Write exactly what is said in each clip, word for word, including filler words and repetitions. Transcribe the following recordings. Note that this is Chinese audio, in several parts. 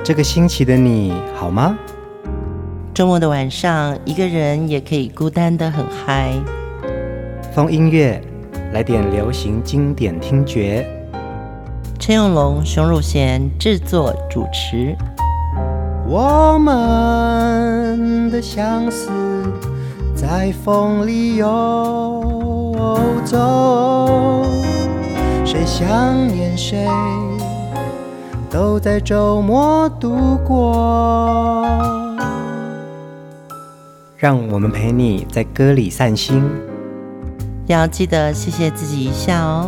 这个星期的你好吗？ 周末的晚上，一个人也可以孤单得很嗨。 风音乐，来点流行经典听觉。 陈永龙、熊汝贤制作主持。 我们的相思在风里游走，谁想念谁，都在周末度过。让我们陪你在歌里散心， 要记得谢谢自己一下哦。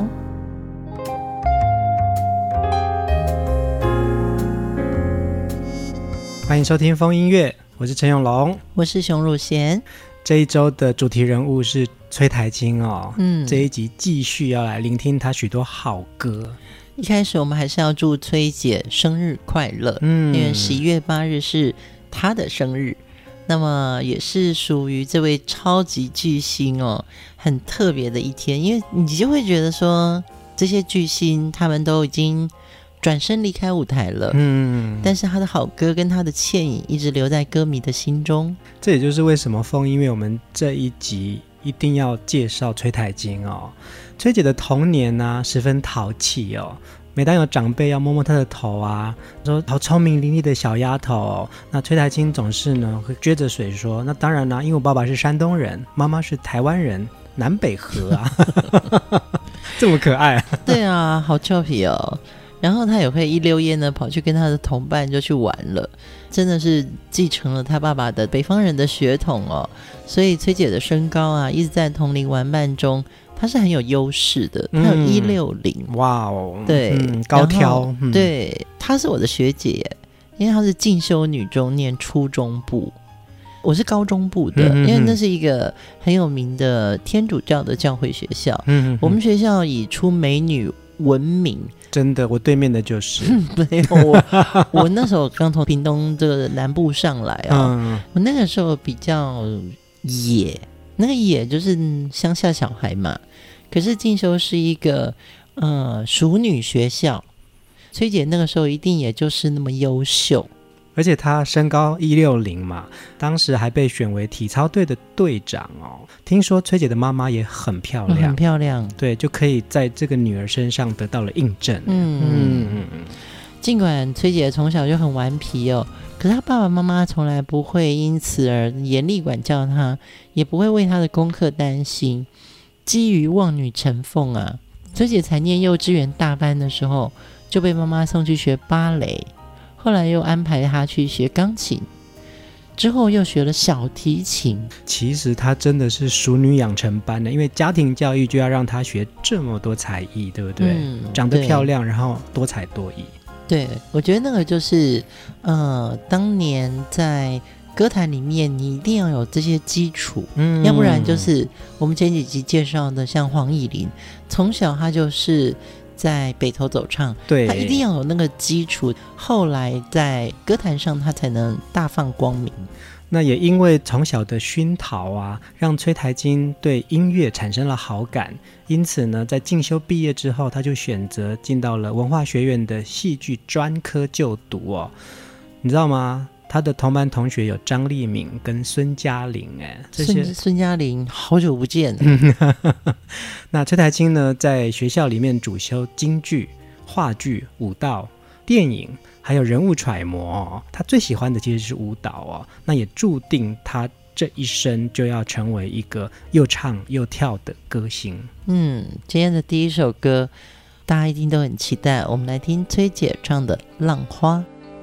欢迎收听风音乐，我是陈永龙， 我是熊汝贤。 这一周的主题人物是崔台金哦， 嗯， 这一集继续要来聆听他许多好歌。 一开始我们还是要祝崔姐生日快乐，嗯，因为十一月八日是她的生日，那么也是属于这位超级巨星哦，很特别的一天，因为你就会觉得说这些巨星他们都已经转身离开舞台了，嗯，但是他的好歌跟他的倩影一直留在歌迷的心中。 这也就是为什么风音乐我们这一集一定要介绍崔台金哦。崔姐的童年啊十分淘气哦，每当有长辈要摸摸她的头啊，说好聪明伶俐的小丫头哦，那崔台金总是呢会撅着嘴说，那当然啦，因为我爸爸是山东人，妈妈是台湾人，南北河啊这么可爱啊。 对啊，好俏皮哦。然后他也会一溜烟呢跑去跟他的同伴就去玩了，真的是继承了他爸爸的北方人的血统哦。所以崔姐的身高啊一直在同龄玩伴中她是很有优势的，她有一六零，哇哦，对、嗯、 高挑、嗯、 对，她是我的学姐，因为她是进修女中念初中部，我是高中部的、嗯、因为那是一个很有名的天主教的教会学校、嗯、我们学校以出美女闻名。 真的，我对面的就是没有我我那时候刚从屏东这个南部上来啊、哦嗯，我那个时候比较野，那个野就是乡下小孩嘛。可是进修是一个呃淑女学校，崔姐那个时候一定也就是那么优秀。 而且她身高一六零嘛，当时还被选为体操队的队长哦。听说崔姐的妈妈也很漂亮， 很漂亮， 对，就可以在这个女儿身上得到了印证。嗯嗯嗯。尽管崔姐从小就很顽皮哦，可是她爸爸妈妈从来不会因此而严厉管教她，也不会为她的功课担心。基于望女成凤啊，崔姐才念幼稚园大班的时候就被妈妈送去学芭蕾。后来又安排他去学钢琴，之后又学了小提琴。 其实他真的是淑女养成班的，因为家庭教育就要让他学这么多才艺，对不对？嗯、长得漂亮，然后多才多艺。 对，我觉得那个就是呃，当年在歌坛里面你一定要有这些基础、嗯、要不然就是我们前几集介绍的像黄乙玲，从小他就是在北投走唱，对，他一定要有那个基础，后来在歌坛上他才能大放光明。 那也因为从小的熏陶啊，让崔台金对音乐产生了好感，因此呢，在进修毕业之后，他就选择进到了文化学院的戏剧专科就读哦。你知道吗？他的同班同学有张丽敏跟孙嘉玲，哎，这些孙孙嘉玲好久不见那崔台金呢，在学校里面主修京剧、话剧、舞蹈、电影，还有人物揣摩、哦。他最喜欢的其实是舞蹈哦，那也注定他这一生就要成为一个又唱又跳的歌星。 嗯，今天的第一首歌，大家一定都很期待，我们来听崔姐唱的《浪花》。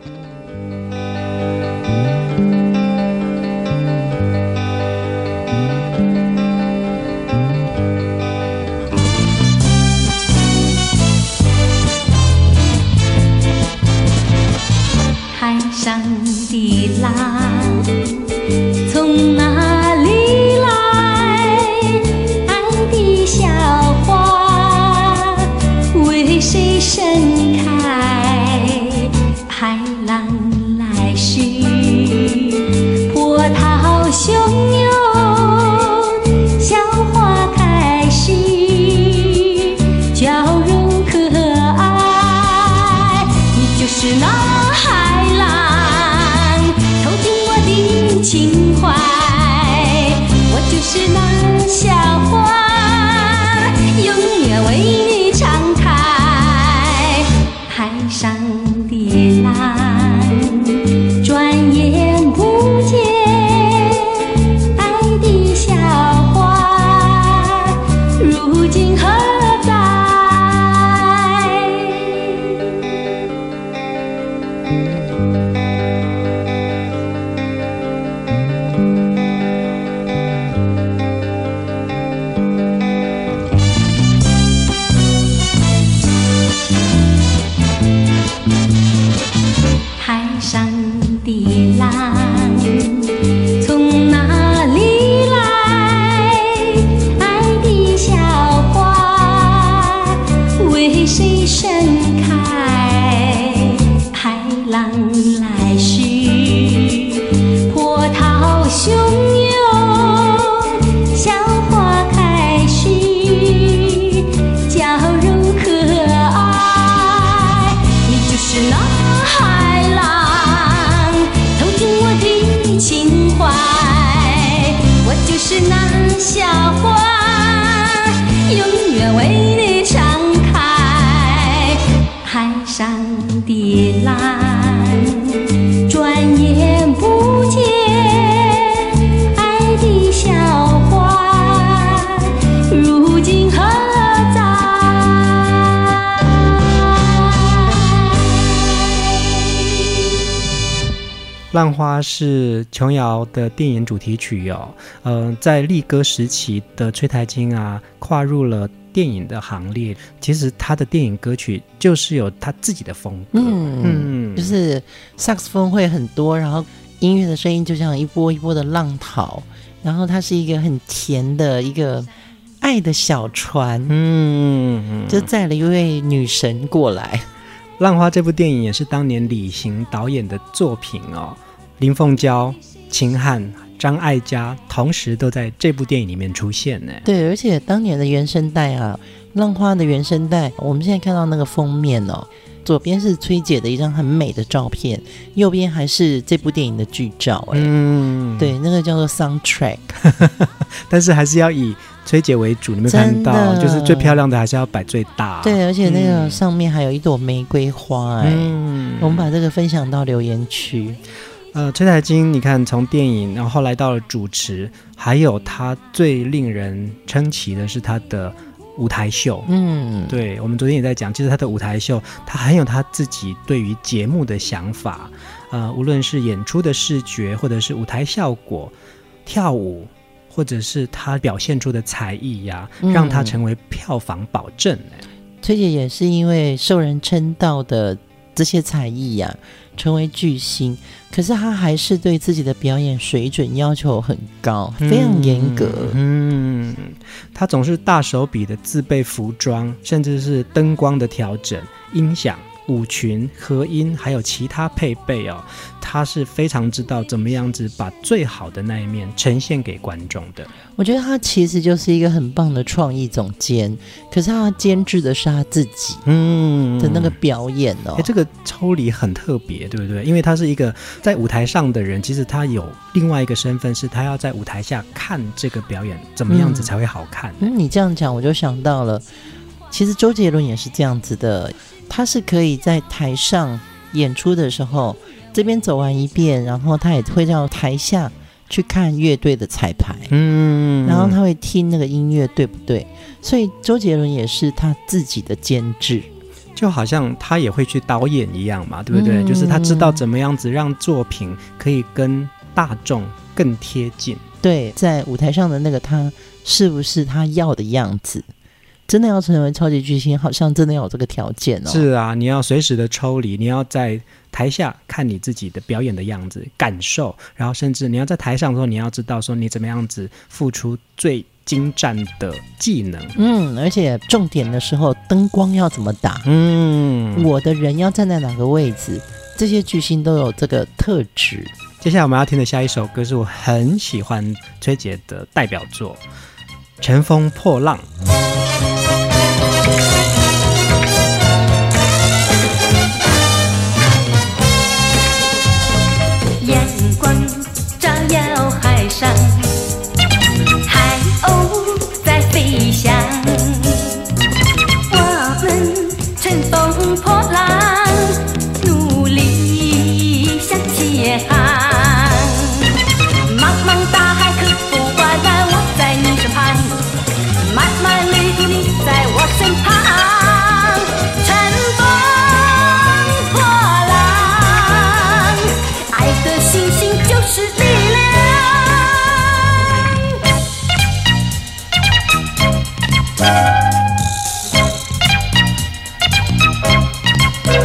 海上的浪从哪里来？岸的小花为谁盛开？海浪来时波涛汹涌，小花开时笑容可爱。你就是那海浪， 浪来时，波涛汹涌，小花开时，娇柔可爱。你就是那海浪，偷听我的情怀。我就是那小花，永远为你敞开。海上的蓝，转眼不见，爱的小花，如今何在？ 浪花是琼瑶的电影主题曲哦，呃，在力歌时期的崔台金啊，跨入了电影的行列。其实他的电影歌曲就是有他自己的风格， 嗯嗯，就是萨克斯风会很多，然后音乐的声音就像一波一波的浪涛，然后它是一个很甜的一个爱的小船，嗯，就载了一位女神过来。 浪花这部电影也是当年李行导演的作品哦，林凤娇、秦汉、张艾嘉同时都在这部电影里面出现呢。 对，而且当年的原声带啊，浪花的原声带，我们现在看到那个封面哦，左边是崔姐的一张很美的照片，右边还是这部电影的剧照。哎，嗯，对，那个叫做 soundtrack 但是还是要以崔姐为主，你们看到就是最漂亮的还是要摆最大。 对，而且那个上面还有一朵玫瑰花。哎、嗯，我们把这个分享到留言区。 呃，崔台金，你看从电影，然后后来到了主持，还有他最令人称奇的是他的舞台秀。嗯，对，我们昨天也在讲，其实他的舞台秀，他很有他自己对于节目的想法。呃，无论是演出的视觉，或者是舞台效果、跳舞，或者是他表现出的才艺呀、啊，让他成为票房保证。 崔姐也是因为受人称道的这些才艺呀、啊，成为巨星，可是他还是对自己的表演水准要求很高，非常严格。 嗯，嗯他总是大手笔的自备服装，甚至是灯光的调整、音响、舞群、和音，还有其他配备哦，他是非常知道怎么样子把最好的那一面呈现给观众的。 我觉得他其实就是一个很棒的创意总监，可是他监制的是他自己嗯的那个表演哦。 这个抽离很特别，对不对？因为他是一个在舞台上的人，其实他有另外一个身份，是他要在舞台下看这个表演怎么样子才会好看。 嗯，你这样讲我就想到了，其实周杰伦也是这样子的，他是可以在台上演出的时候，这边走完一遍，然后他也会到台下去看乐队的彩排，嗯，然后他会听那个音乐对不对，所以周杰伦也是他自己的监制， 就好像他也会去导演一样嘛，对不对、嗯、就是他知道怎么样子让作品可以跟大众更贴近。 对，在舞台上的那个他是不是他要的样子，真的要成为超级巨星，好像真的要有这个条件哦。 是啊，你要随时的抽离，你要在台下看你自己的表演的样子，感受，然后甚至你要在台上的时候，你要知道说你怎么样子付出最精湛的技能。 嗯，而且重点的时候，灯光要怎么打？嗯，我的人要站在哪个位置？这些巨星都有这个特质。 接下来我们要听的下一首歌是我很喜欢崔姐的代表作《乘风破浪》。 阳光照耀海上，海鸥在飞翔，我们乘风破浪，努力向前航。茫茫大海刻不完来，我在你身旁，漫漫旅途你在我身旁。是力量。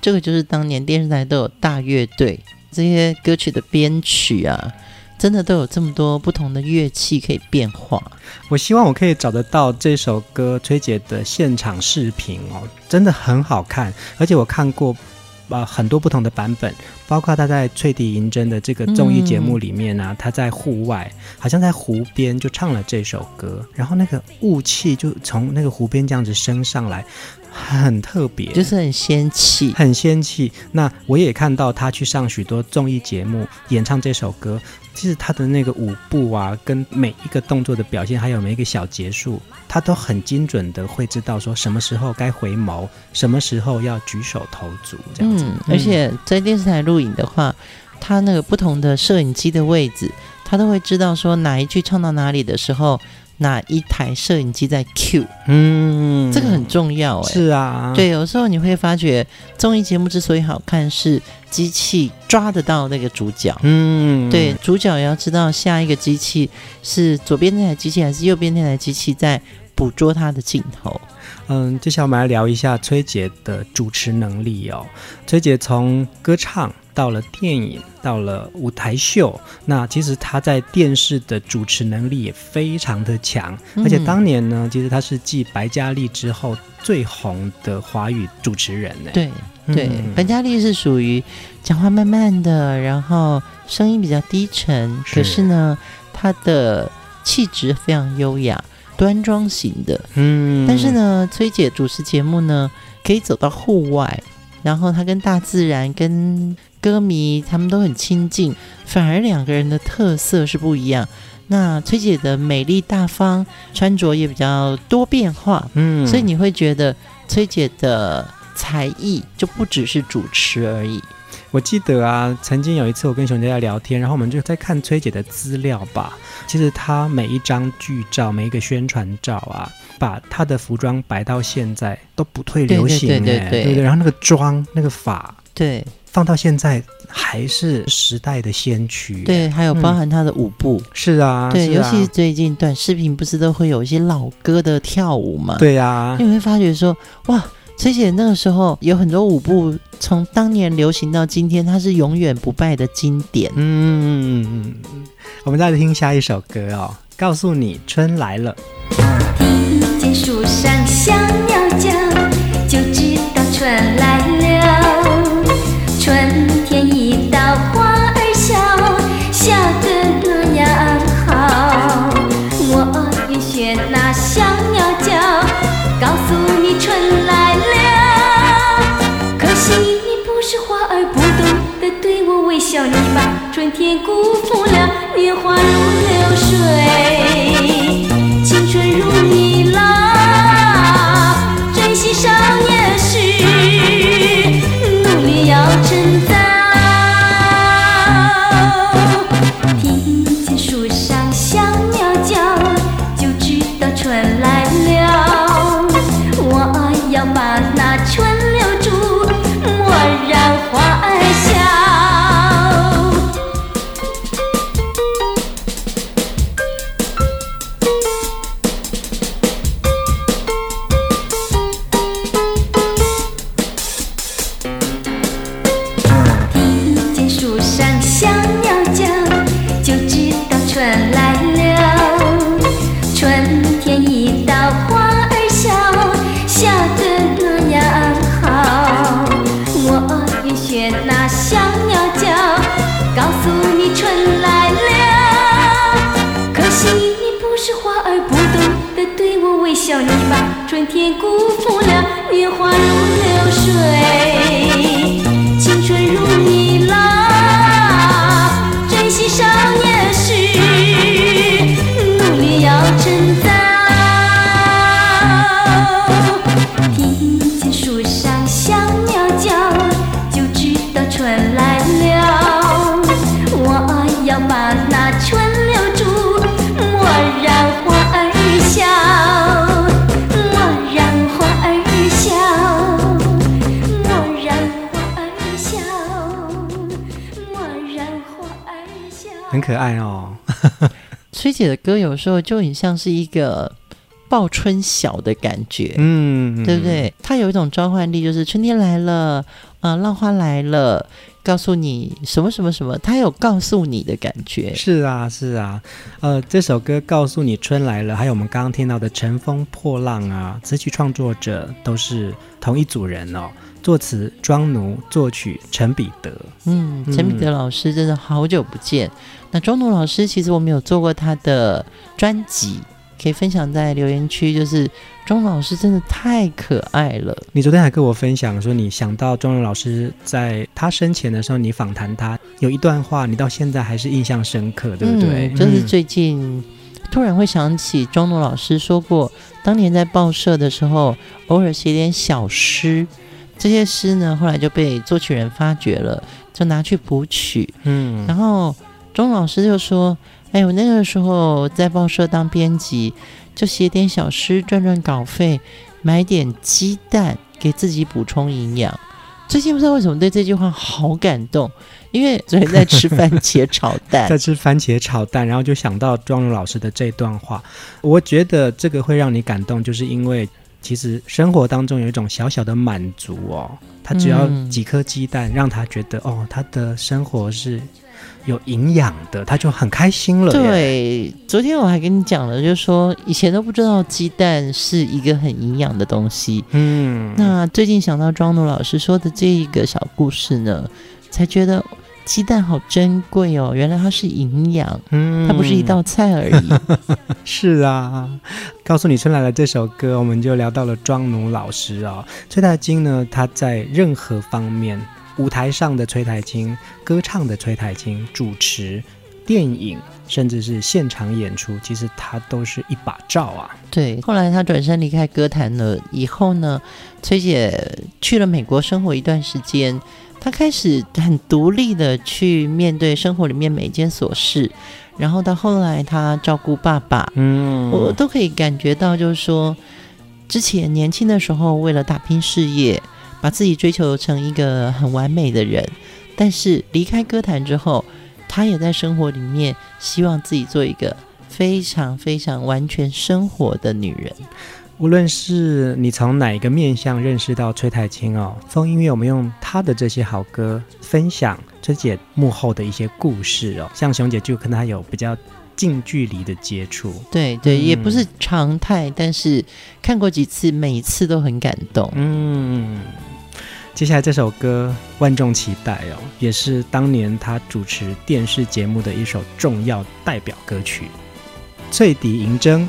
这个就是当年电视台都有大乐队，这些歌曲的编曲啊，真的都有这么多不同的乐器可以变化。 我希望我可以找得到这首歌崔姐的现场视频哦，真的很好看，而且我看过呃很多不同的版本，包括他在翠笛银针的这个综艺节目里面啊，嗯、他在户外好像在湖边就唱了这首歌，然后那个雾气就从那个湖边这样子升上来，很特别， 就是很仙气， 很仙气。那我也看到他去上许多综艺节目演唱这首歌，其实他的那个舞步啊，跟每一个动作的表现，还有每一个小结束，他都很精准的会知道说什么时候该回眸，什么时候要举手投足这样子。 嗯，而且在电视台录影的话，他那个不同的摄影机的位置，他都会知道说哪一句唱到哪里的时候，哪一台摄影机在 Q， 嗯，这个很重要哎。 是啊， 对，有时候你会发觉综艺节目之所以好看，是机器抓得到那个主角，嗯，对，主角也要知道下一个机器是左边那台机器还是右边那台机器在捕捉他的镜头。 嗯，接下来我们来聊一下崔姐的主持能力哦。崔姐从歌唱到了电影，到了舞台秀，那其实她在电视的主持能力也非常的强，嗯、而且当年呢，其实她是继白嘉莉之后最红的华语主持人呢。 对对，嗯、白嘉莉是属于讲话慢慢的，然后声音比较低沉，可是呢，她的气质非常优雅。端庄型的，嗯，但是呢，崔姐主持节目呢，可以走到户外，然后她跟大自然、跟歌迷他们都很亲近，反而两个人的特色是不一样。那崔姐的美丽大方，穿着也比较多变化，嗯，所以你会觉得崔姐的才艺就不只是主持而已。 我记得啊，曾经有一次我跟熊姐在聊天，然后我们就在看崔姐的资料吧。其实她每一张剧照、每一个宣传照啊，把她的服装摆到现在都不退流行，哎，对对 对, 对, 对, 对。然后那个妆、那个发， 对， 放到现在还是时代的先驱。 对，还有包含她的舞步， 嗯、是啊， 对， 是啊， 尤其是最近短视频不是都会有一些老歌的跳舞嘛？ 对啊， 你会发觉说，哇。崔姐那个时候有很多舞步，从当年流行到今天，它是永远不败的经典。 嗯，我们再来听下一首歌哦，告诉你春来了。 听见树上小鸟叫，就知道春来了。春天一到花儿笑，笑得那样好。我愿学那小鸟叫，告诉你春来了。你不是花儿，不懂得对我微笑，你把春天辜负了。年华如流水，青春如你老，珍惜少年时，努力要趁早。听见树上小鸟叫，就知道春来了。我要把那春留住，让花儿笑。听见树上小鸟叫，就知道春来了。春天一到花儿笑，笑得那样好。我愿学那小鸟叫，告诉你春来了。可惜你不是花儿，不懂得对我微笑，你把春天辜负了。年华如流水，青春如你老，珍惜少年时，努力要趁早。听见树上小鸟叫，就知道春来了。我要把那春留住，莫让花儿笑，莫让花儿笑，莫让花儿笑，莫让花儿笑。 很可爱哦。 崔姐的歌有时候就很像是一个报春晓的感觉， 嗯， 对不对？它有一种召唤力，就是春天来了，呃，浪花来了，告诉你什么什么什么，它有告诉你的感觉。 是啊，是啊，呃，这首歌告诉你春来了，还有我们刚刚听到的乘风破浪啊，词曲创作者都是同一组人哦。作词庄奴，作曲陈彼得。嗯， 陈彼得老师真的好久不见。那庄奴老师其实我们有做过他的专辑，可以分享在留言区。就是庄奴老师真的太可爱了。 你昨天还跟我分享说，你想到庄奴老师在他生前的时候，你访谈他有一段话，你到现在还是印象深刻，对不对？ 嗯、就是最近突然会想起庄奴老师说过，当年在报社的时候，偶尔写点小诗。这些诗呢，后来就被作曲人发掘了，就拿去谱曲。嗯，然后钟老师就说：“哎，我那个时候在报社当编辑，就写点小诗赚赚稿费，买点鸡蛋给自己补充营养。”最近不知道为什么对这句话好感动，因为昨天在吃番茄炒蛋， 在吃番茄炒蛋，然后就想到庄奴老师的这段话。我觉得这个会让你感动，就是因为其实生活当中有一种小小的满足哦，他只要几颗鸡蛋，嗯、让他觉得哦，他的生活是有营养的，他就很开心了。 对，昨天我还跟你讲了，就是说以前都不知道鸡蛋是一个很营养的东西。嗯，那最近想到庄奴老师说的这一个小故事呢，才觉得鸡蛋好珍贵哦，原来它是营养，嗯，它不是一道菜而已。 是啊，告诉你春来了这首歌，我们就聊到了庄奴老师哦。崔台金呢，他在任何方面，舞台上的崔台金，歌唱的崔台金，主持、电影，甚至是现场演出，其实他都是一把罩啊。 对，后来他转身离开歌坛了以后呢，崔姐去了美国生活一段时间。他开始很独立的去面对生活里面每一件琐事，然后到后来他照顾爸爸，嗯，我都可以感觉到，就是说之前年轻的时候为了打拼事业，把自己追求成一个很完美的人，但是离开歌坛之后，他也在生活里面希望自己做一个非常非常完全生活的女人。 无论是你从哪一个面向认识到崔台金哦，风音乐我们用他的这些好歌分享崔姐幕后的一些故事哦，像熊姐就跟他有比较近距离的接触。 对对、嗯、也不是常态，但是看过几次，每一次都很感动。嗯， 接下来这首歌万众期待哦，也是当年他主持电视节目的一首重要代表歌曲《翠笛银筝》。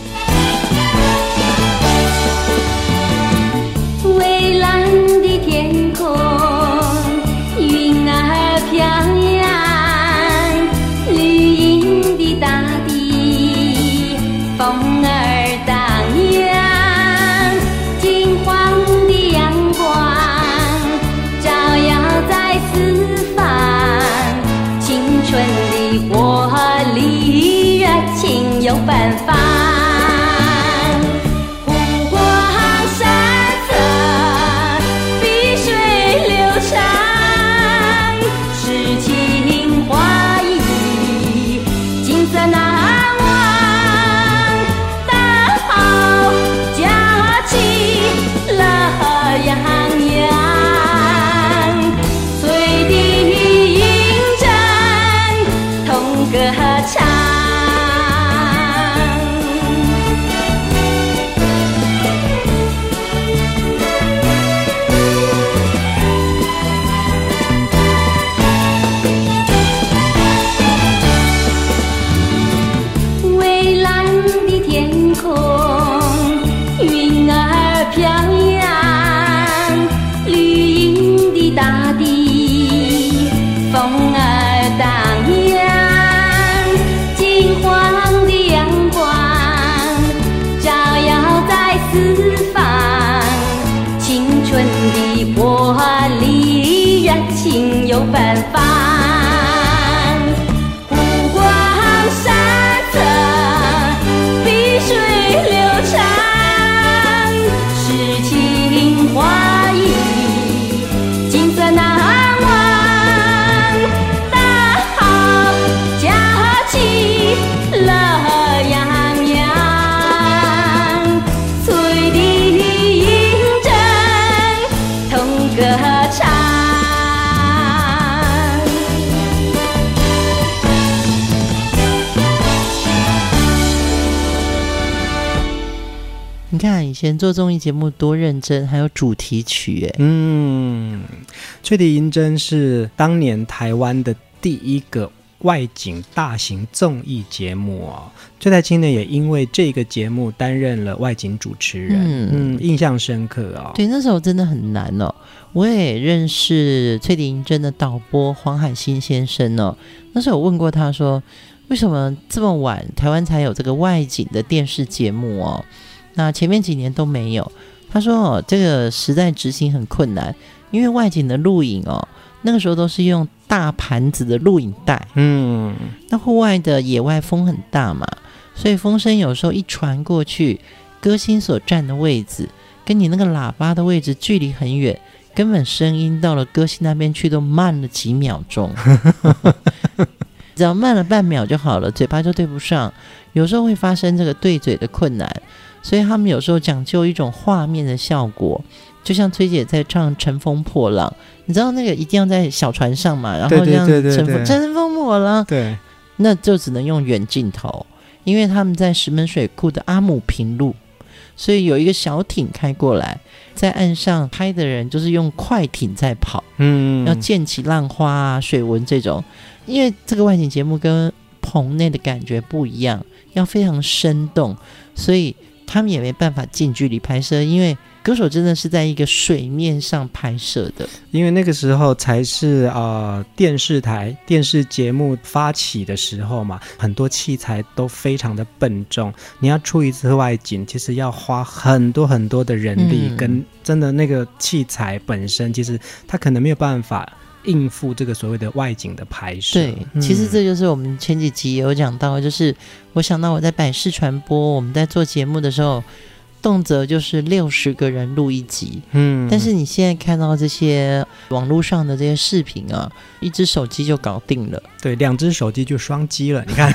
蔚蓝的天空，云儿飘扬，绿荫的大地，风儿荡漾，金黄的阳光照耀在四方，青春的活力，热情有奔放。有奔放，湖光山色，碧水流长，诗情画意，景色难忘。大好佳气，乐洋洋。 前做综艺节目多认真，还有主题曲。哎， 嗯，吹笛银针是当年台湾的第一个外景大型综艺节目哦。崔台青呢也因为这个节目担任了外景主持人，嗯, 嗯印象深刻哦。 对，那时候真的很难哦。我也认识吹笛银针的导播黄海兴先生哦，那时候我问过他说，为什么这么晚台湾才有这个外景的电视节目哦？那前面几年都没有。他说哦，这个时代执行很困难，因为外景的录影哦，那个时候都是用大盘子的录影带，嗯，那户外的野外风很大嘛，所以风声有时候一传过去，歌星所站的位置跟你那个喇叭的位置距离很远，根本声音到了歌星那边去都慢了几秒钟只要慢了半秒就好了，嘴巴就对不上，有时候会发生这个对嘴的困难，所以他们有时候讲究一种画面的效果，就像崔姐在唱《乘风破浪》，你知道那个一定要在小船上嘛，然后这样乘风乘风破浪， 对， 那就只能用远镜头，因为他们在石门水库的阿姆平路，所以有一个小艇开过来，在岸上拍的人就是用快艇在跑，嗯，要溅起浪花啊、水纹这种，因为这个外景节目跟棚内的感觉不一样，要非常生动，所以他们也没办法近距离拍摄，因为歌手真的是在一个水面上拍摄的， 因为那个时候才是呃电视台电视节目发起的时候嘛，很多器材都非常的笨重，你要出一次外景其实要花很多很多的人力，嗯，跟真的那个器材本身其实它可能没有办法应付这个所谓的外景的拍摄。 对，嗯，其实这就是我们前几集也有讲到，就是我想到我在百视传播，我们在做节目的时候动辄就是六十个人录一集，嗯，但是你现在看到这些网络上的这些视频啊，一只手机就搞定了， 对，两只手机就双击了，你看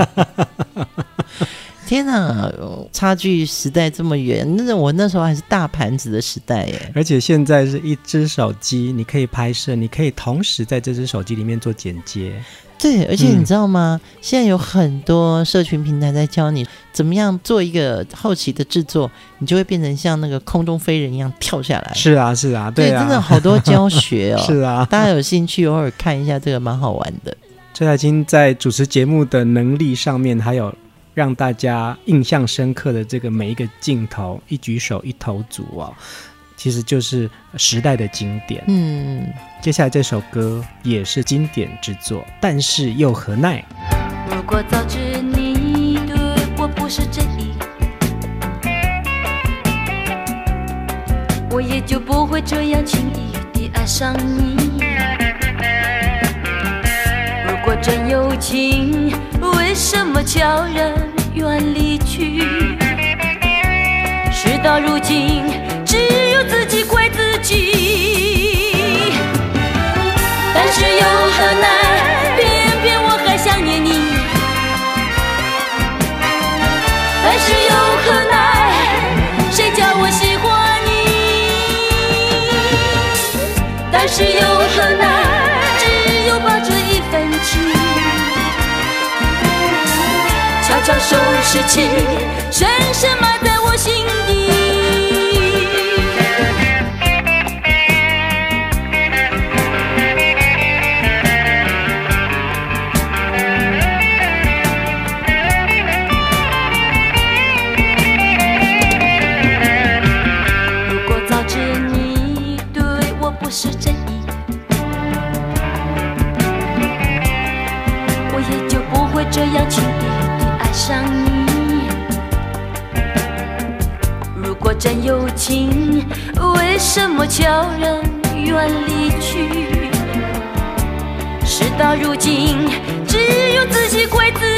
天哪，差距时代这么远，那我那时候还是大盘子的时代耶， 而且现在是一只手机你可以拍摄，你可以同时在这只手机里面做剪接。 对，而且你知道吗，嗯，现在有很多社群平台在教你怎么样做一个后期的制作，你就会变成像那个空中飞人一样跳下来。 是啊是啊，对啊， 对，真的好多教学哦。 是啊， 大家有兴趣偶尔看一下，这个蛮好玩的。 崔台青在主持节目的能力上面，还有让大家印象深刻的这个每一个镜头，一举手一投足哦，其实就是时代的经典。嗯，接下来这首歌也是经典之作，但是又何奈？ 如果早知你对我不是真意，我也就不会这样轻易地爱上你。如果真有情，为什么悄然远离去？事到如今，只有自己怪自己。但是又何奈，偏偏我还想念你。但是又何奈，谁叫我喜欢你？但是又何奈，只有把这一份情悄悄收拾起，深深埋在我心底。是真意，我也就不会这样轻易地爱上你。如果真有情，为什么悄然远离去？事到如今，只有自己怪自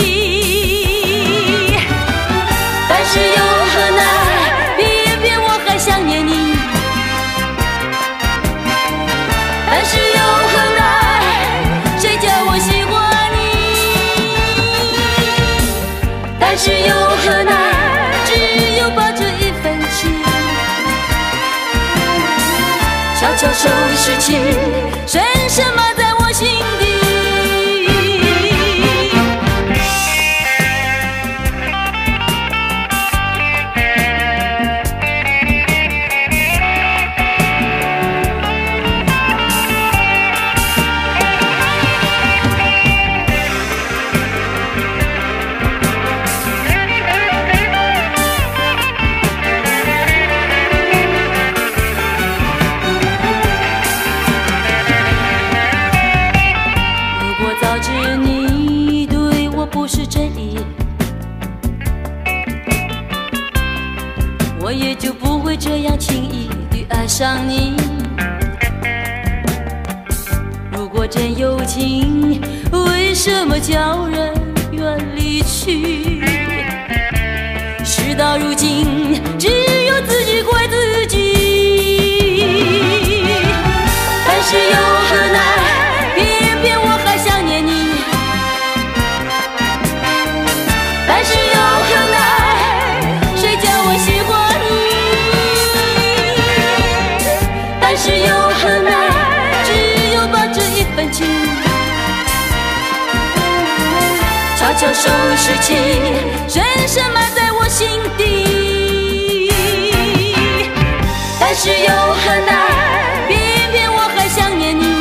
己。但是又何奈，偏偏我还想念你。但是又何奈，谁叫我喜欢你？但是又何奈，只有把这一份情悄悄收拾起，深深埋在我心底。 点友情，为什么叫人愿离去？事到如今，只有自己怪自己。但是又何奈，偏偏我还想念你。但是又何奈，谁叫我喜欢你？但是又何奈，只有把这一份情悄悄收拾起，深深埋在我心底。但是又何奈，偏偏我还想念你。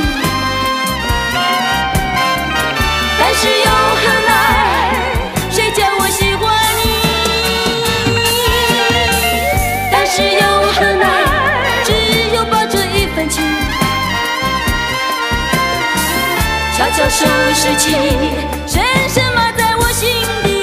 但是又何奈，谁叫我喜欢你？但是又何奈，只有把这一份情悄悄收拾起，深深埋在我心底。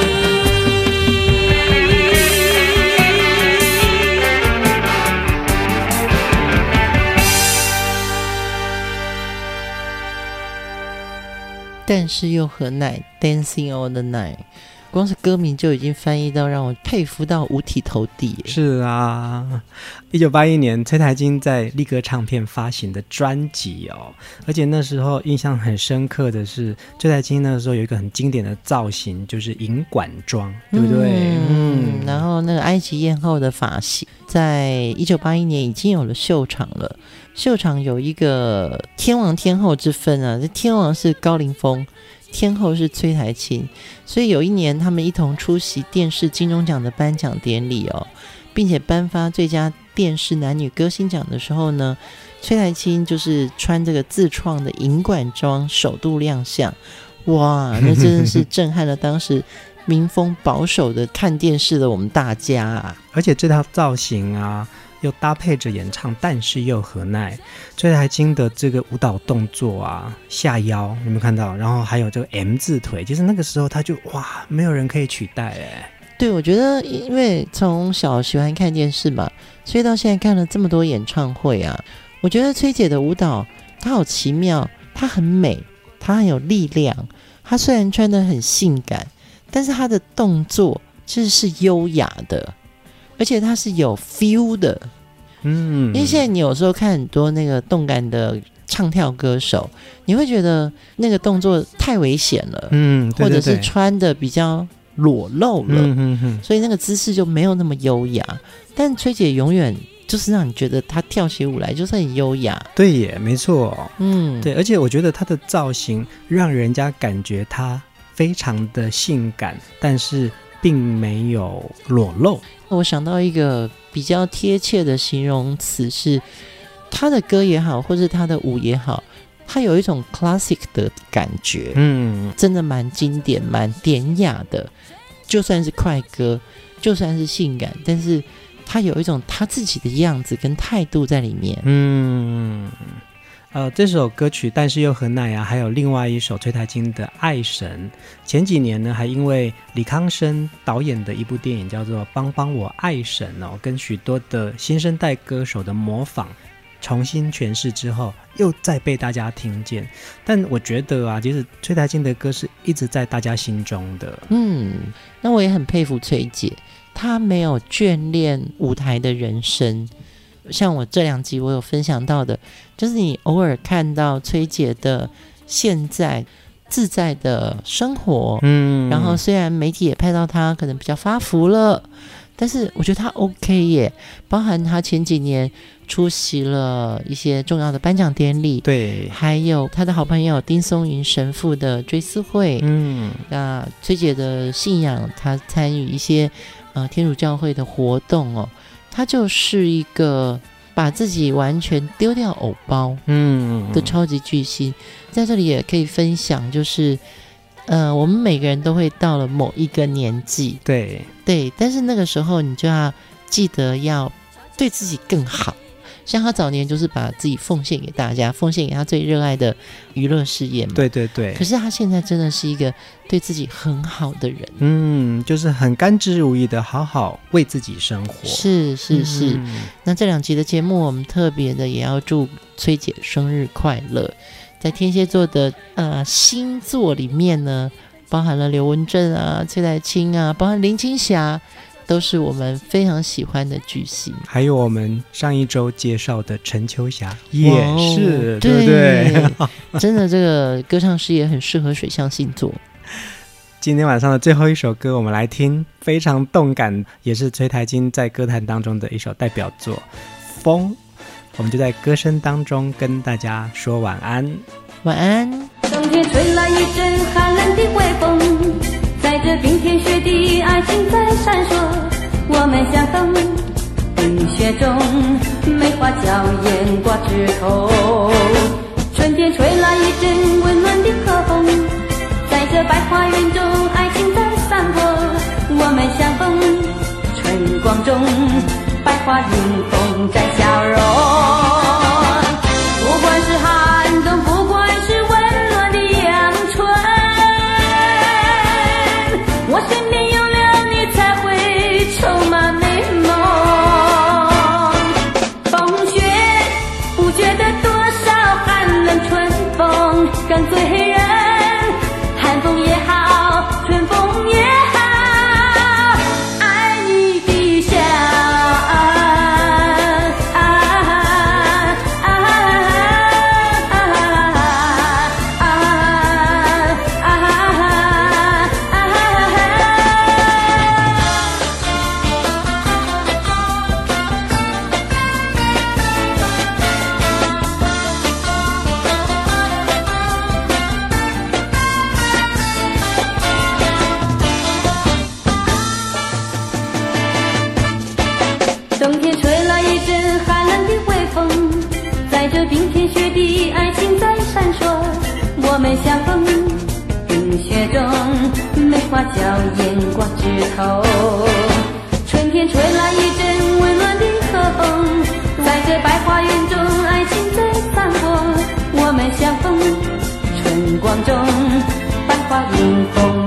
但是又何奈 Dancing all the night， 光是歌名就已经翻译到让我佩服到五体投地。 是啊，一九八一年崔台金在力歌唱片发行的专辑哦，而且那时候印象很深刻的是，崔台金那个时候有一个很经典的造型，就是银管妆，对不对？ 嗯，嗯然后那个埃及艳后的发型，在一九八一年已经有了秀场了。秀场有一个天王天后之分啊，这天王是高凌风，天后是崔台青，所以有一年他们一同出席电视金钟奖的颁奖典礼哦，并且颁发最佳电视男女歌星奖的时候呢，崔台青就是穿这个自创的银管装首度亮相，哇，那真的是震撼了当时民风保守的看电视的我们大家啊！ 而且这套造型啊，又搭配着演唱，但是又何奈，崔台金的这个舞蹈动作啊，下腰有没有看到？然后还有这个 M 字腿，其实那个时候他就哇，没有人可以取代哎。 对，我觉得因为从小喜欢看电视嘛，所以到现在看了这么多演唱会啊，我觉得崔姐的舞蹈她好奇妙，她很美，她很有力量，她虽然穿得很性感，但是她的动作其实是优雅的，而且她是有 feel 的。嗯，因为现在你有时候看很多那个动感的唱跳歌手，你会觉得那个动作太危险了，嗯，对对对，或者是穿的比较裸露了，嗯哼哼，所以那个姿势就没有那么优雅。但崔姐永远就是让你觉得她跳起舞来就是很优雅。 对耶，没错，嗯，对，而且我觉得她的造型让人家感觉她非常的性感，但是并没有裸露。 我想到一个比较贴切的形容词是，她的歌也好，或是她的舞也好，它有一种 classic 的感觉，嗯，真的蛮经典蛮典雅的，就算是快歌，就算是性感，但是它有一种他自己的样子跟态度在里面。 嗯，呃，这首歌曲但是又何奈啊，还有另外一首崔台金的爱神，前几年呢还因为李康生导演的一部电影叫做帮帮我爱神哦，跟许多的新生代歌手的模仿重新诠释之后又再被大家听见。但我觉得啊，其实崔台金的歌是一直在大家心中的。 嗯，那我也很佩服崔姐，她没有眷恋舞台的人生，像我这两集我有分享到的，就是你偶尔看到崔姐的现在自在的生活，嗯，然后虽然媒体也拍到她可能比较发福了，但是我觉得她 OK 耶，包含她前几年出席了一些重要的颁奖典礼， 对， 还有她的好朋友丁松云神父的追思会，嗯，那崔姐的信仰，她参与一些呃天主教会的活动哦，她就是一个把自己完全丢掉偶包嗯的超级巨星。在这里也可以分享，就是呃，我们每个人都会到了某一个年纪， 对对，但是那个时候你就要记得要对自己更好。像他早年就是把自己奉献给大家，奉献给他最热爱的娱乐事业嘛， 对对对。 可是他现在真的是一个对自己很好的人， 嗯，就是很甘之如饴的好好为自己生活。 是是是、嗯、那这两集的节目我们特别的也要祝崔姐生日快乐。 在天蝎座的呃星座里面呢，包含了刘文正啊、崔乃清啊，包含林青霞，都是我们非常喜欢的巨星。 还有我们上一周介绍的陈秋霞也是， 哦、 对不对？ 真的，这个歌唱事业很适合水象星座。 今天晚上的最后一首歌，我们来听非常动感，也是崔台金在歌坛当中的一首代表作《风》。我们就在歌声当中跟大家说晚安。 晚安。 冬天吹来一阵寒冷的微风，在这冰天雪地，爱情在闪烁。我们相逢冰雪中，梅花娇艳挂枝头。春天吹来一阵温暖的和风，在这百花园中，爱情在散播。我们相逢春光中，百花迎风在笑容。不管是寒冬，不管是温暖的阳春，我身边有了你才会充满美梦。风雪不觉得多少寒冷，春风更醉人。寒风也好，春风也好，爱你的笑。冬天吹来一阵寒冷的微风，在这冰天雪地，爱情在闪烁。我们相逢冰雪中，梅花娇艳挂枝头。春天吹来一阵温暖的和风，在这百花园中，爱情在散播。我们相逢春光中，百花迎风